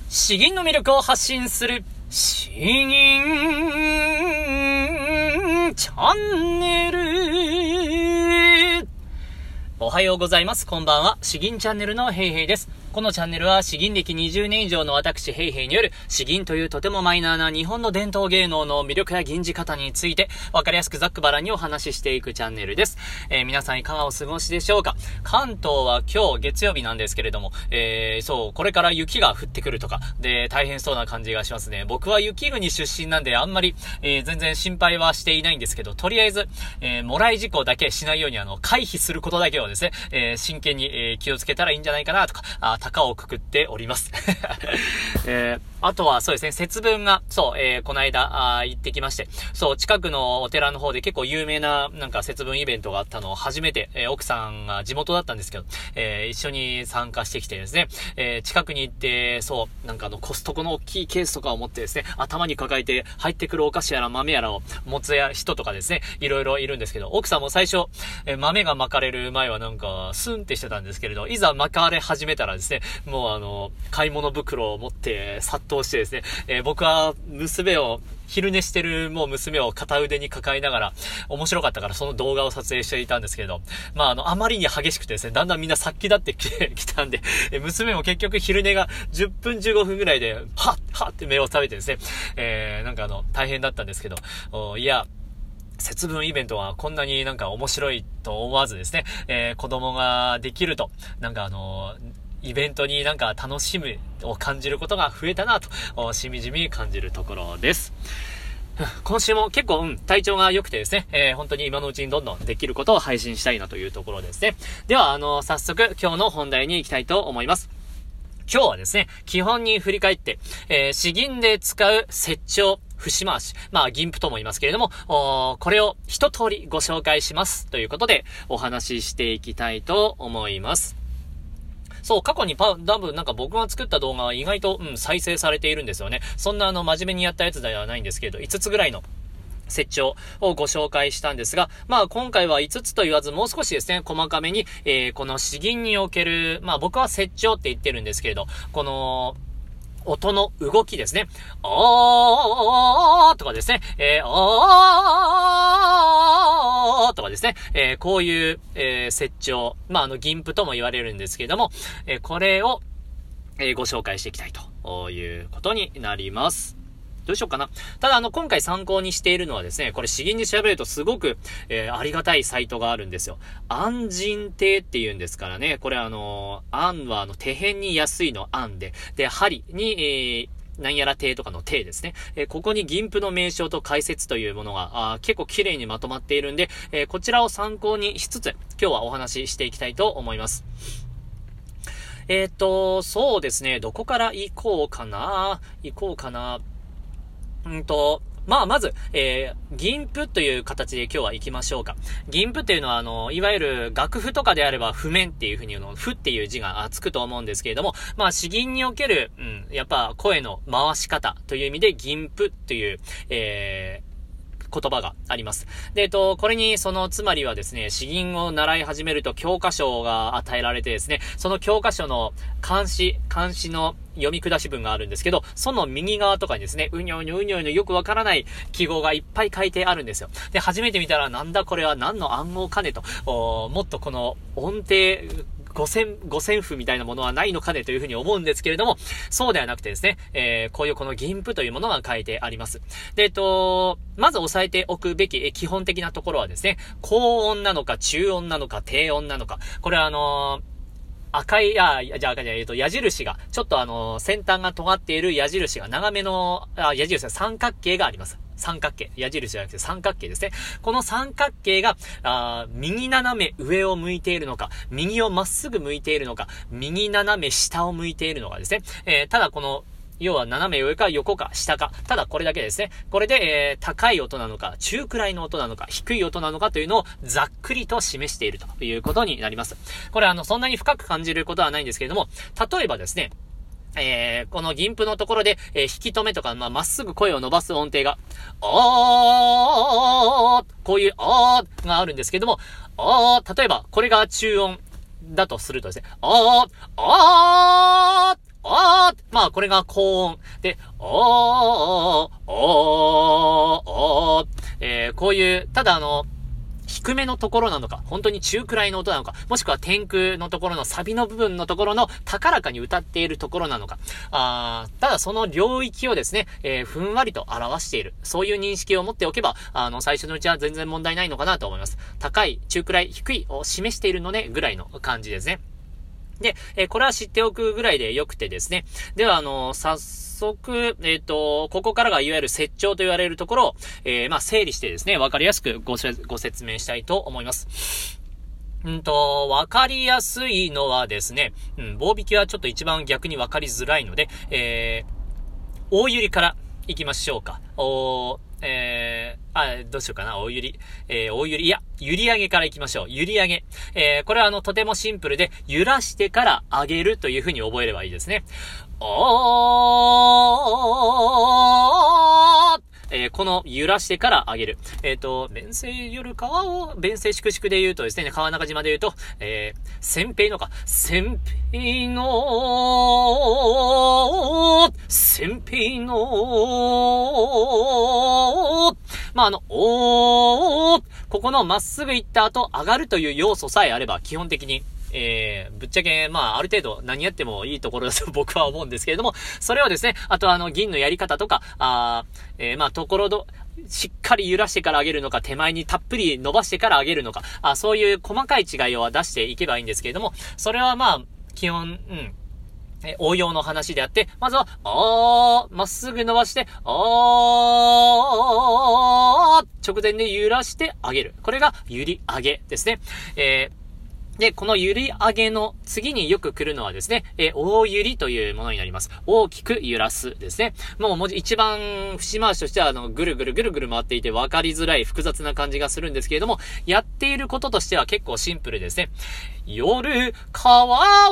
詩吟の魅力を発信する詩吟チャンネル。おはようございます。こんばんは。詩吟チャンネルのヘイヘイです。このチャンネルは詩吟歴20年以上の私ヘイヘイによる詩吟というとてもマイナーな日本の伝統芸能の魅力や吟じ方についてわかりやすくざっくばらんにお話ししていくチャンネルです。皆さんいかがお過ごしでしょうか。関東は今日月曜日なんですけれども、これから雪が降ってくるとかで大変そうな感じがしますね。僕は雪国出身なんであんまり、全然心配はしていないんですけど、とりあえず、もらい事故だけしないように回避することだけをですね、真剣に、気をつけたらいいんじゃないかなとか、高をくくっております。あとはそうですね、節分が、この間、行ってきまして、近くのお寺の方で結構有名な、節分イベントがあったのを初めて、奥さんが地元だったんですけど、一緒に参加してきてですね、近くに行って、コストコの大きいケースとかを持ってですね、頭に抱えて入ってくるお菓子やら豆やらを持つ人とかですね、いろいろいるんですけど、奥さんも最初、豆が巻かれる前はスンってしてたんですけれど、いざ巻かれ始めたらですね、もう買い物袋を持って殺到してですね、僕は昼寝してる娘を片腕に抱えながら面白かったからその動画を撮影していたんですけれど、あまりに激しくてですね、だんだんみんな殺気立ってきたんで、娘も結局昼寝が10分15分ぐらいではっって目を覚めてですね、大変だったんですけど、いや節分イベントはこんなに面白いと思わずですね、子供ができるとイベントに楽しむを感じることが増えたなとしみじみ感じるところです。今週も結構体調が良くてですね、本当に今のうちにどんどんできることを配信したいなというところですね。では早速今日の本題に行きたいと思います。今日はですね、基本に振り返って、詩吟で使う折調、節回し、吟譜とも言いますけれども、これを一通りご紹介しますということでお話ししていきたいと思います。過去に多分僕が作った動画は意外と、再生されているんですよね。そんな真面目にやったやつではないんですけれど、5つぐらいの折調をご紹介したんですが、今回は5つと言わずもう少しですね、細かめに、この詩吟における、僕は折調って言ってるんですけれど、この音の動きですね。とかですね。とかですね。こういう、折調。吟譜とも言われるんですけれども、これを、ご紹介していきたいということになります。どうしようかな。ただ今回参考にしているのはですね、これ詩吟で調べるとすごく、ありがたいサイトがあるんですよ。安人亭って言うんですからね。これ安は手辺に安いの安で、針に、なんやら亭とかの亭ですね。ここに吟譜の名称と解説というものが結構綺麗にまとまっているんで、こちらを参考にしつつ今日はお話ししていきたいと思います。そうですね。どこから行こうかな。まず、吟譜という形で今日は行きましょうか。吟譜っていうのはいわゆる楽譜とかであれば譜面っていう風に譜っていう字がつくと思うんですけれども、詩吟における、やっぱ声の回し方という意味で吟譜という、言葉があります。で、これにつまりはですね、詩吟を習い始めると教科書が与えられてですね、その教科書の漢詩の読み下し文があるんですけど、その右側とかにですね、うにょうにょよくわからない記号がいっぱい書いてあるんですよ。で、初めて見たらなんだこれは何の暗号かねと、もっとこの音程、五線譜みたいなものはないのかねというふうに思うんですけれども、そうではなくてですね、こういうこの吟譜というものが書いてあります。で、まず押さえておくべき基本的なところはですね、高音なのか中音なのか低音なのか、これは矢印が、ちょっと先端が尖っている矢印が長めの、矢印は三角形があります。三角形。矢印じゃなくて三角形ですね。この三角形が、右斜め上を向いているのか、右をまっすぐ向いているのか、右斜め下を向いているのかですね。ただこの、要は斜め上か横か下か、ただこれだけですね。これで、高い音なのか、中くらいの音なのか、低い音なのかというのをざっくりと示しているということになります。これそんなに深く感じることはないんですけれども、例えばですね、この吟譜のところで、引き止めとか、まっすぐ声を伸ばす音程が、こういうがあるんですけども、例えば、これが中音だとするとですね、 まあこれが高音で、おー、こういう、ただ低めのところなのか、本当に中くらいの音なのか、もしくは天空のところのサビの部分のところの高らかに歌っているところなのか、ただその領域をですね、ふんわりと表している。そういう認識を持っておけば、最初のうちは全然問題ないのかなと思います。高い、中くらい、低いを示しているのね、ぐらいの感じですね。で、これは知っておくぐらいでよくてですね。では、早速、ここからがいわゆる説調と言われるところを、まあ、整理してですね、わかりやすくご説明したいと思います。わかりやすいのはですね、棒引きはちょっと一番逆にわかりづらいので、大揺りから行きましょうか。どうしようかな、大揺り。大揺り、いや、揺り上げから行きましょう。揺り上げ。これはとてもシンプルで、揺らしてから上げるという風に覚えればいいですね。この揺らしてから上げる。弁声夜川を、弁声粛々で言うとですね、川中島で言うと、先兵のか、先兵の、まあ、ここのまっすぐ行った後、上がるという要素さえあれば、基本的に、ぶっちゃけ、まあ、ある程度何やってもいいところだと僕は思うんですけれども、それをですね、あと銀のやり方とか、まあ、しっかり揺らしてから上げるのか、手前にたっぷり伸ばしてから上げるのか、そういう細かい違いを出していけばいいんですけれども、それはまあ、基本、応用の話であって、まずは、まっすぐ伸ばして、直前で揺らして上げる。これが揺り上げですね。で、この揺り上げの次によく来るのはですね、大揺りというものになります。大きく揺らすですね。もう一番節回しとしてはぐるぐる回っていて分かりづらい複雑な感じがするんですけれども、やっていることとしては結構シンプルですね。夜川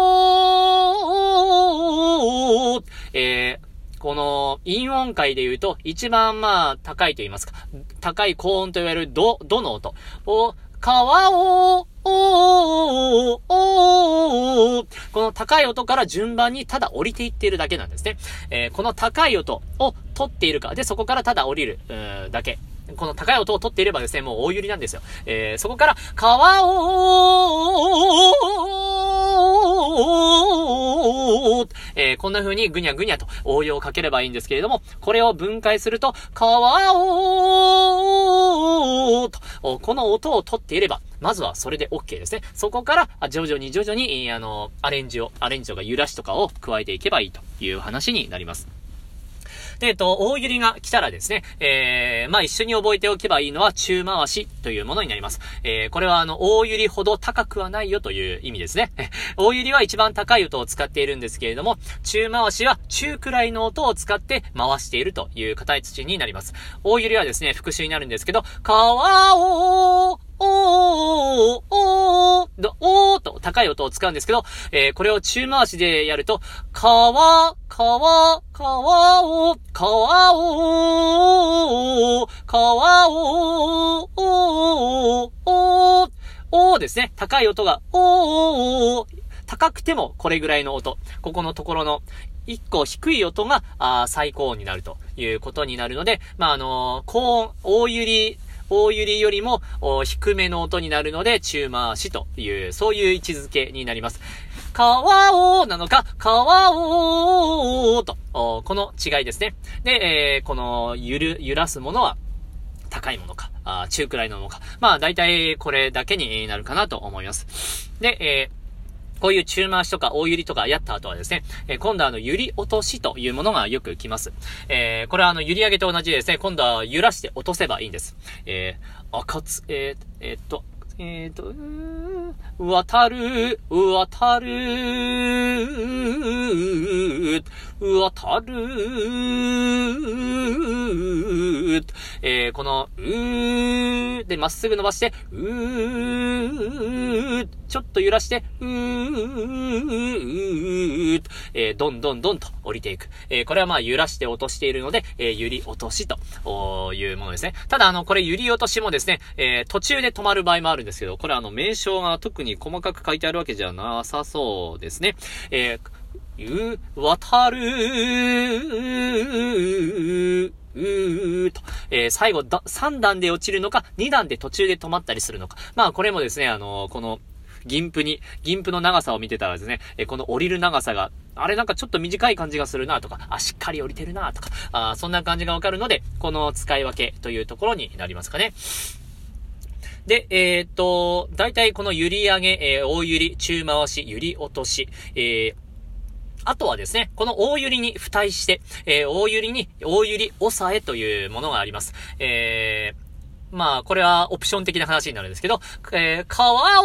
を、この陰音階で言うと一番まあ高いと言いますか、高い高音と言われるドの音を、川を、この高い音から順番にただ降りていっているだけなんですね。この高い音を取っているか、で、そこからただ降りる、だけ。この高い音を取っていればですね、もう大揺りなんですよ。そこから、川を、こんな風にぐにゃぐにゃと応用をかければいいんですけれども、これを分解すると、川を、と、この音を取っていれば、まずはそれで OK ですね。そこから、徐々に、アレンジとか揺らしとかを加えていけばいいという話になります。で、大揺りが来たらですね、まあ、一緒に覚えておけばいいのは中回しというものになります。これは大揺りほど高くはないよという意味ですね。大揺りは一番高い音を使っているんですけれども、中回しは中くらいの音を使って回しているという形になります。大揺りはですね、復習になるんですけど、川を、と高い音を使うんですけど、これを中回しでやると、川をですね、高い音が、高くてもこれぐらいの音、ここのところの一個低い音が最高音になるということになるので、まあ、高音、大揺りよりも低めの音になるので中回しという、そういう位置づけになります。川をなのか、川をと、この違いですね。で、この揺らすものは高いものか、中くらいのものか。まあ、大体これだけになるかなと思います。で、こういう中回しとか大揺りとかやった後はですね、今度は揺り落としというものがよく来ます。これは揺り上げと同じでですね、今度は揺らして落とせばいいんです。渡る、この、で、まっすぐ伸ばして、ちょっと揺らして、どんどんと降りていく。これはまあ揺らして落としているので、揺り落としというものですね。ただこれ揺り落としもですね、途中で止まる場合もあるんですけど、これ名称が特に細かく書いてあるわけじゃなさそうですね。 渡ると、最後3段で落ちるのか、2段で途中で止まったりするのか。まあこれもですね、この銀譜の長さを見てたらですね、この降りる長さが、あれなんかちょっと短い感じがするなとか、しっかり降りてるなとか、そんな感じがわかるので、この使い分けというところになりますかね。で、大体この揺り上げ、大揺り、中回し、揺り落とし、あとはですね、この大揺りに付帯して、大揺り抑えというものがあります。まあ、これはオプション的な話になるんですけど、川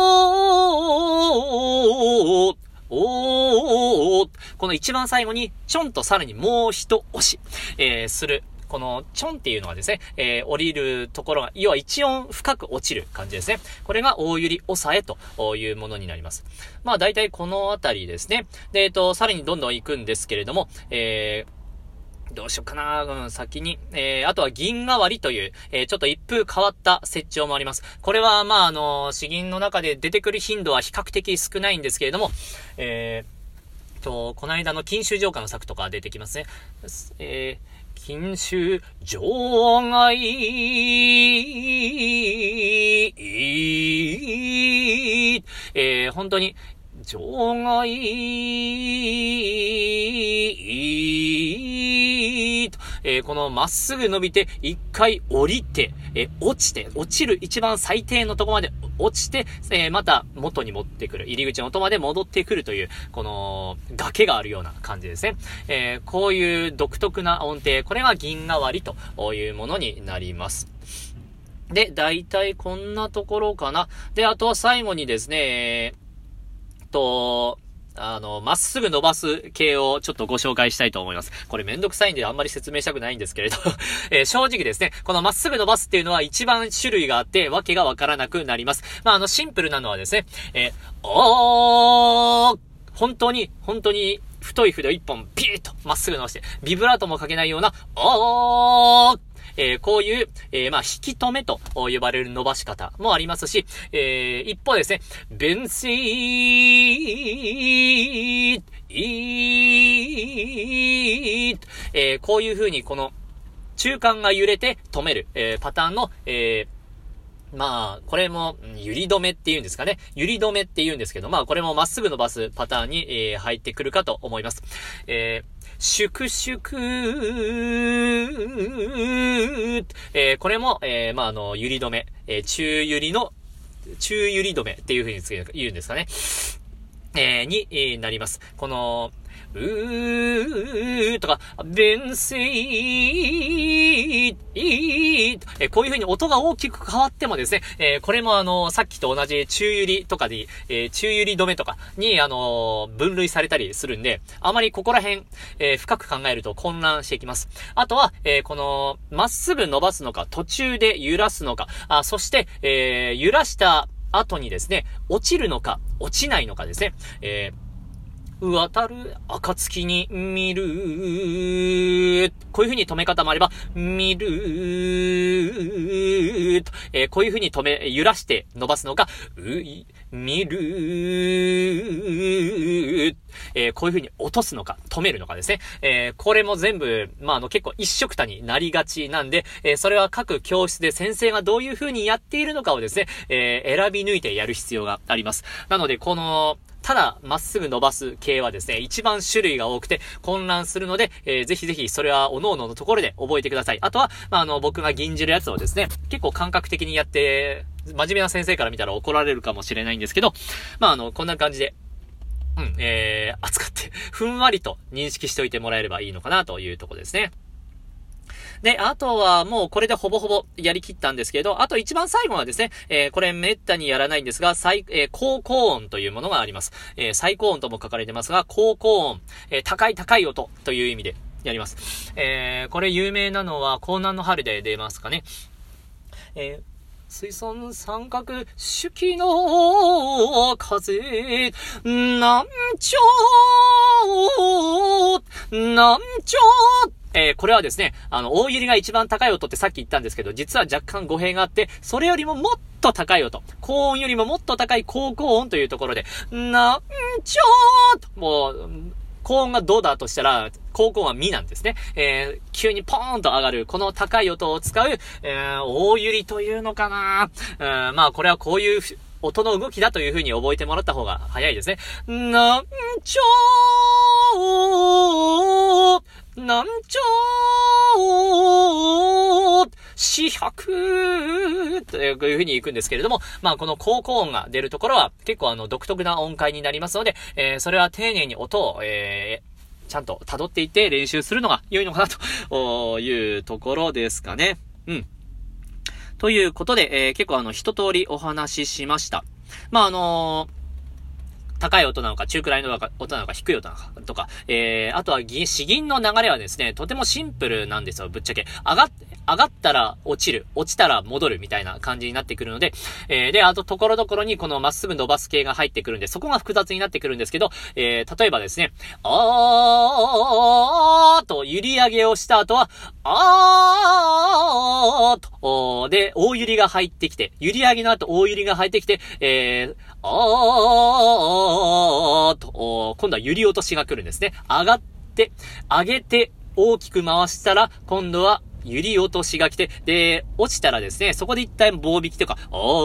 を、この一番最後に、ちょんとさらにもう一押し、する。このちょんっていうのはですね、降りるところが、要は一音深く落ちる感じですね。これが大揺り抑えというものになります。まあ大体このあたりですね。で、さらにどんどん行くんですけれども、どうしようかな、先に。あとは銀代わりという、ちょっと一風変わった折調もあります。これは、まあ、詩吟の中で出てくる頻度は比較的少ないんですけれども、この間の金秋城下の作とか出てきますね。金秋城外、本当に、城外、このまっすぐ伸びて、一回降りて、落ちる一番最低のところまで落ちて、また元に持ってくる、入り口の音まで戻ってくるという、この崖があるような感じですね。こういう独特な音程、これが銀代わりというものになります。で、だいたいこんなところかな。で、あとは最後にですね、まっすぐ伸ばす系をちょっとご紹介したいと思います。これめんどくさいんであんまり説明したくないんですけれど、正直ですね、このまっすぐ伸ばすっていうのは一番種類があってわけがわからなくなります。まあ、シンプルなのはですね、本当に太い筆を一本ピーッとまっすぐ伸ばして、ビブラートもかけないような、こういう、まあ、引き止めと呼ばれる伸ばし方もありますし、一方ですね、弁声、こういう風にこの中間が揺れて止める、パターンの、まあ、これも、揺り止めっていうんですかね。揺り止めって言うんですけど、まあ、これもまっすぐ伸ばすパターンに、入ってくるかと思います。粛々、これも、まあ、揺り止め、中揺り止めっていう風に言うんですかね。に、なります。この、とか、弁声、こういう風に音が大きく変わってもですね、これもさっきと同じ中揺りとかで、中揺り止めとかに、分類されたりするんで、あまりここら辺、深く考えると混乱していきます。あとは、この、まっすぐ伸ばすのか、途中で揺らすのか、そして、揺らした後にですね、落ちるのか、落ちないのかですね、渡る暁に見る。こういう風に止め方もあれば、見る。こういう風に揺らして伸ばすのか、見る。こういう風に落とすのか、止めるのかですね。これも全部、まあ、結構一緒くたになりがちなんで、それは各教室で先生がどういう風にやっているのかをですね、選び抜いてやる必要があります。なので、ただ、まっすぐ伸ばす系はですね、一番種類が多くて混乱するので、ぜひぜひそれは各々のところで覚えてください。あとは、まあ、僕が吟じるやつをですね、結構感覚的にやって、真面目な先生から見たら怒られるかもしれないんですけど、まあ、こんな感じで、扱って、ふんわりと認識しておいてもらえればいいのかなというところですね。で、あとはもうこれでほぼほぼやりきったんですけど、あと一番最後はですね、これめったにやらないんですが、高高音というものがあります。最高音とも書かれてますが、高高音、高い音という意味でやります。これ有名なのは、江南の春で出ますかね。水村三角手記の風、なんちょこれはですね、大百合が一番高い音ってさっき言ったんですけど、実は若干語弊があって、それよりももっと高い音、高音よりももっと高い高高音というところで、なんちょーと、もう、高音がどうだとしたら、高音はミなんですね。急にポーンと上がる、この高い音を使う、大百合というのかな。まあこれはこういう音の動きだという風に覚えてもらった方が早いですね。なんちょー、なんちょー、四百という風に行くんですけれども、まあこの高高音が出るところは結構独特な音階になりますので、それは丁寧に音を、ちゃんと辿っていって練習するのが良いのかなというところですかね。うん。ということで、結構一通りお話ししました。まあ高い音なのか、中くらいの音なのか、低い音なのか、とか、あとは詩吟の流れはですね、とてもシンプルなんですよ、ぶっちゃけ。上がったら落ちる、落ちたら戻るみたいな感じになってくるので、で、あと、ところどころにこのまっすぐ伸ばす系が入ってくるんで、そこが複雑になってくるんですけど、例えばですね、と、揺り上げをした後は、と、で、大揺りが入ってきて、揺り上げの後大揺りが入ってきて、と、今度は揺り落としが来るんですね。上げて、大きく回したら、今度は揺り落としが来て、で、落ちたらですね、そこで一旦棒引きとか、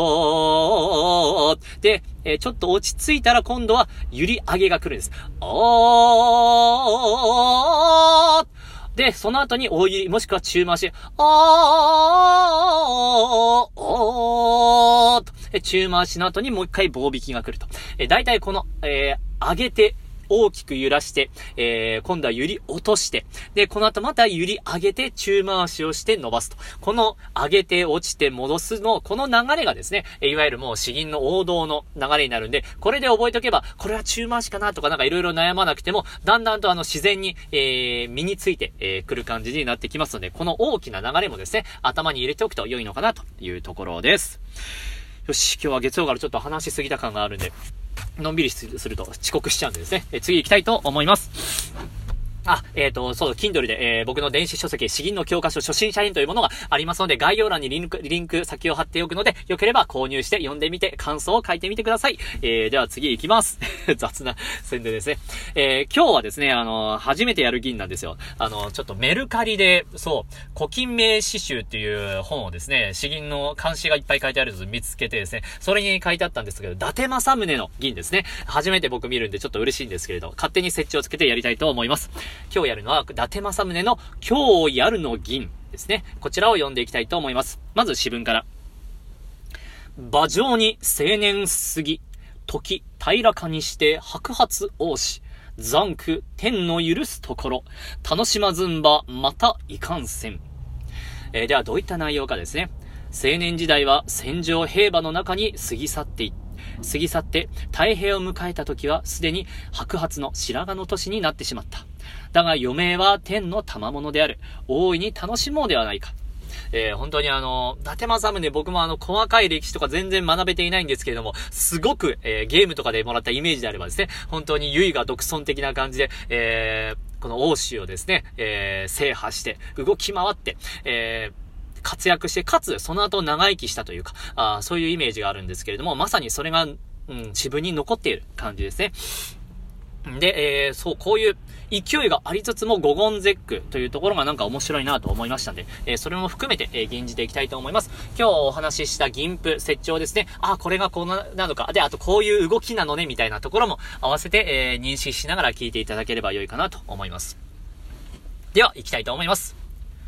で、ちょっと落ち着いたら今度は揺り上げが来るんです。で、その後に大揺り、もしくは中回し、中回しの後にもう一回棒引きが来ると。だいたいこの、上げて、大きく揺らして、今度は揺り落として、で、この後また揺り上げて中回しをして伸ばすと。この上げて落ちて戻すの、この流れがですね、いわゆるもう詩吟の王道の流れになるんで、これで覚えておけば、これは中回しかなとかなんかいろいろ悩まなくても、だんだんと自然に、身についてくる感じになってきますので、この大きな流れもですね、頭に入れておくと良いのかなというところです。よし、今日は月曜からちょっと話しすぎた感があるんで、のんびりすると遅刻しちゃうんでですね。次行きたいと思います。そう、Kindle で、僕の電子書籍、詩吟の教科書初心者編というものがありますので、概要欄にリンク先を貼っておくので、よければ購入して読んでみて、感想を書いてみてください。では次行きます。雑な宣伝ですね。今日はですね、初めてやる吟なんですよ。ちょっとメルカリで、そう、古今名詩集っていう本をですね、詩吟の漢詩がいっぱい書いてあるやつ見つけてですね、それに書いてあったんですけど、伊達政宗の吟ですね。初めて僕見るんでちょっと嬉しいんですけれど、勝手に設置をつけてやりたいと思います。今日やるのは、伊達政宗の今日やるの吟ですね。こちらを読んでいきたいと思います。まず詩文から。馬上に青年過ぎ、時平らかにして白髪王子、残苦天の許すところ、楽しまずんばまたいかんせん。ではどういった内容かですね。青年時代は戦場平和の中に過ぎ去って太平を迎えた時はすでに白髪の白髪の年になってしまった。だが余命は天の賜物である。大いに楽しもうではないか。本当に伊達政宗、僕も細かい歴史とか全然学べていないんですけれども、すごく、ゲームとかでもらったイメージであればですね、本当に唯我独尊的な感じで、この欧州をですね、制覇して動き回って、活躍して、かつその後長生きしたというか、そういうイメージがあるんですけれども、まさにそれが、自分に残っている感じですね。で、そう、こういう勢いがありつつも五言絶句というところがなんか面白いなと思いましたので、それも含めて、吟じていきたいと思います。今日お話しした吟譜、説調ですね。これがこうなのか。で、あとこういう動きなのね、みたいなところも合わせて、認識しながら聞いていただければ良いかなと思います。では、行きたいと思います。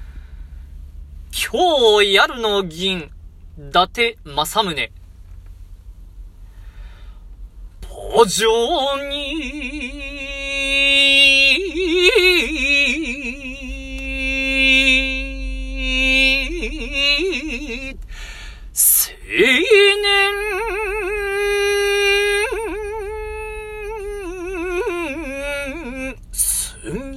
今日やるの吟、伊達政宗。馬上に青年過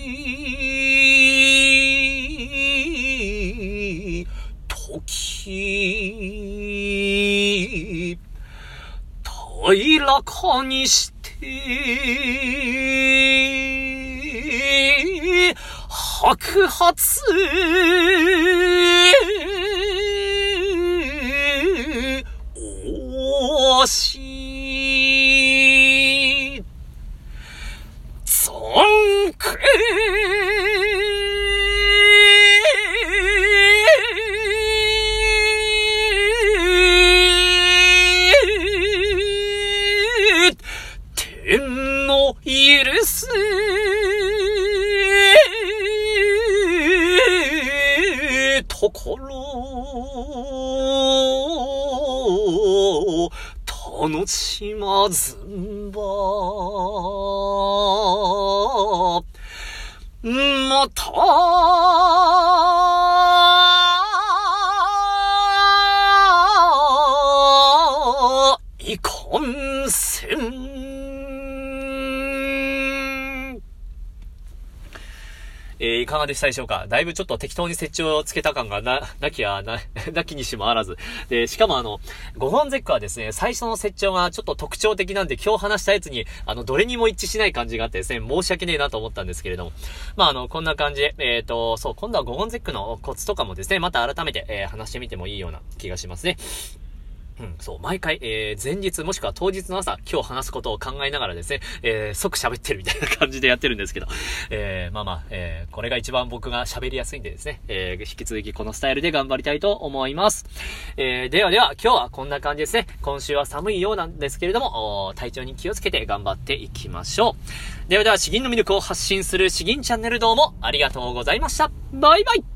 ぎ時平らかにして白爆発おし尊敬天の許すところ楽しまずんばまたいかんせん。いかがでしたでしょうか。だいぶちょっと適当に設置をつけた感がなきにしもあらず。で、しかも5本節句はですね、最初の設置がちょっと特徴的なんで、今日話したやつに、どれにも一致しない感じがあってですね、申し訳ねえなと思ったんですけれども。まあ、こんな感じで、そう、今度は5本節句のコツとかもですね、また改めて、話してみてもいいような気がしますね。そう、毎回、前日もしくは当日の朝、今日話すことを考えながらですね、即喋ってるみたいな感じでやってるんですけど、これが一番僕が喋りやすいんでですね、引き続きこのスタイルで頑張りたいと思います。では今日はこんな感じですね。今週は寒いようなんですけれども、体調に気をつけて頑張っていきましょう。では詩吟の魅力を発信する詩吟チャンネル、どうもありがとうございました。バイバイ。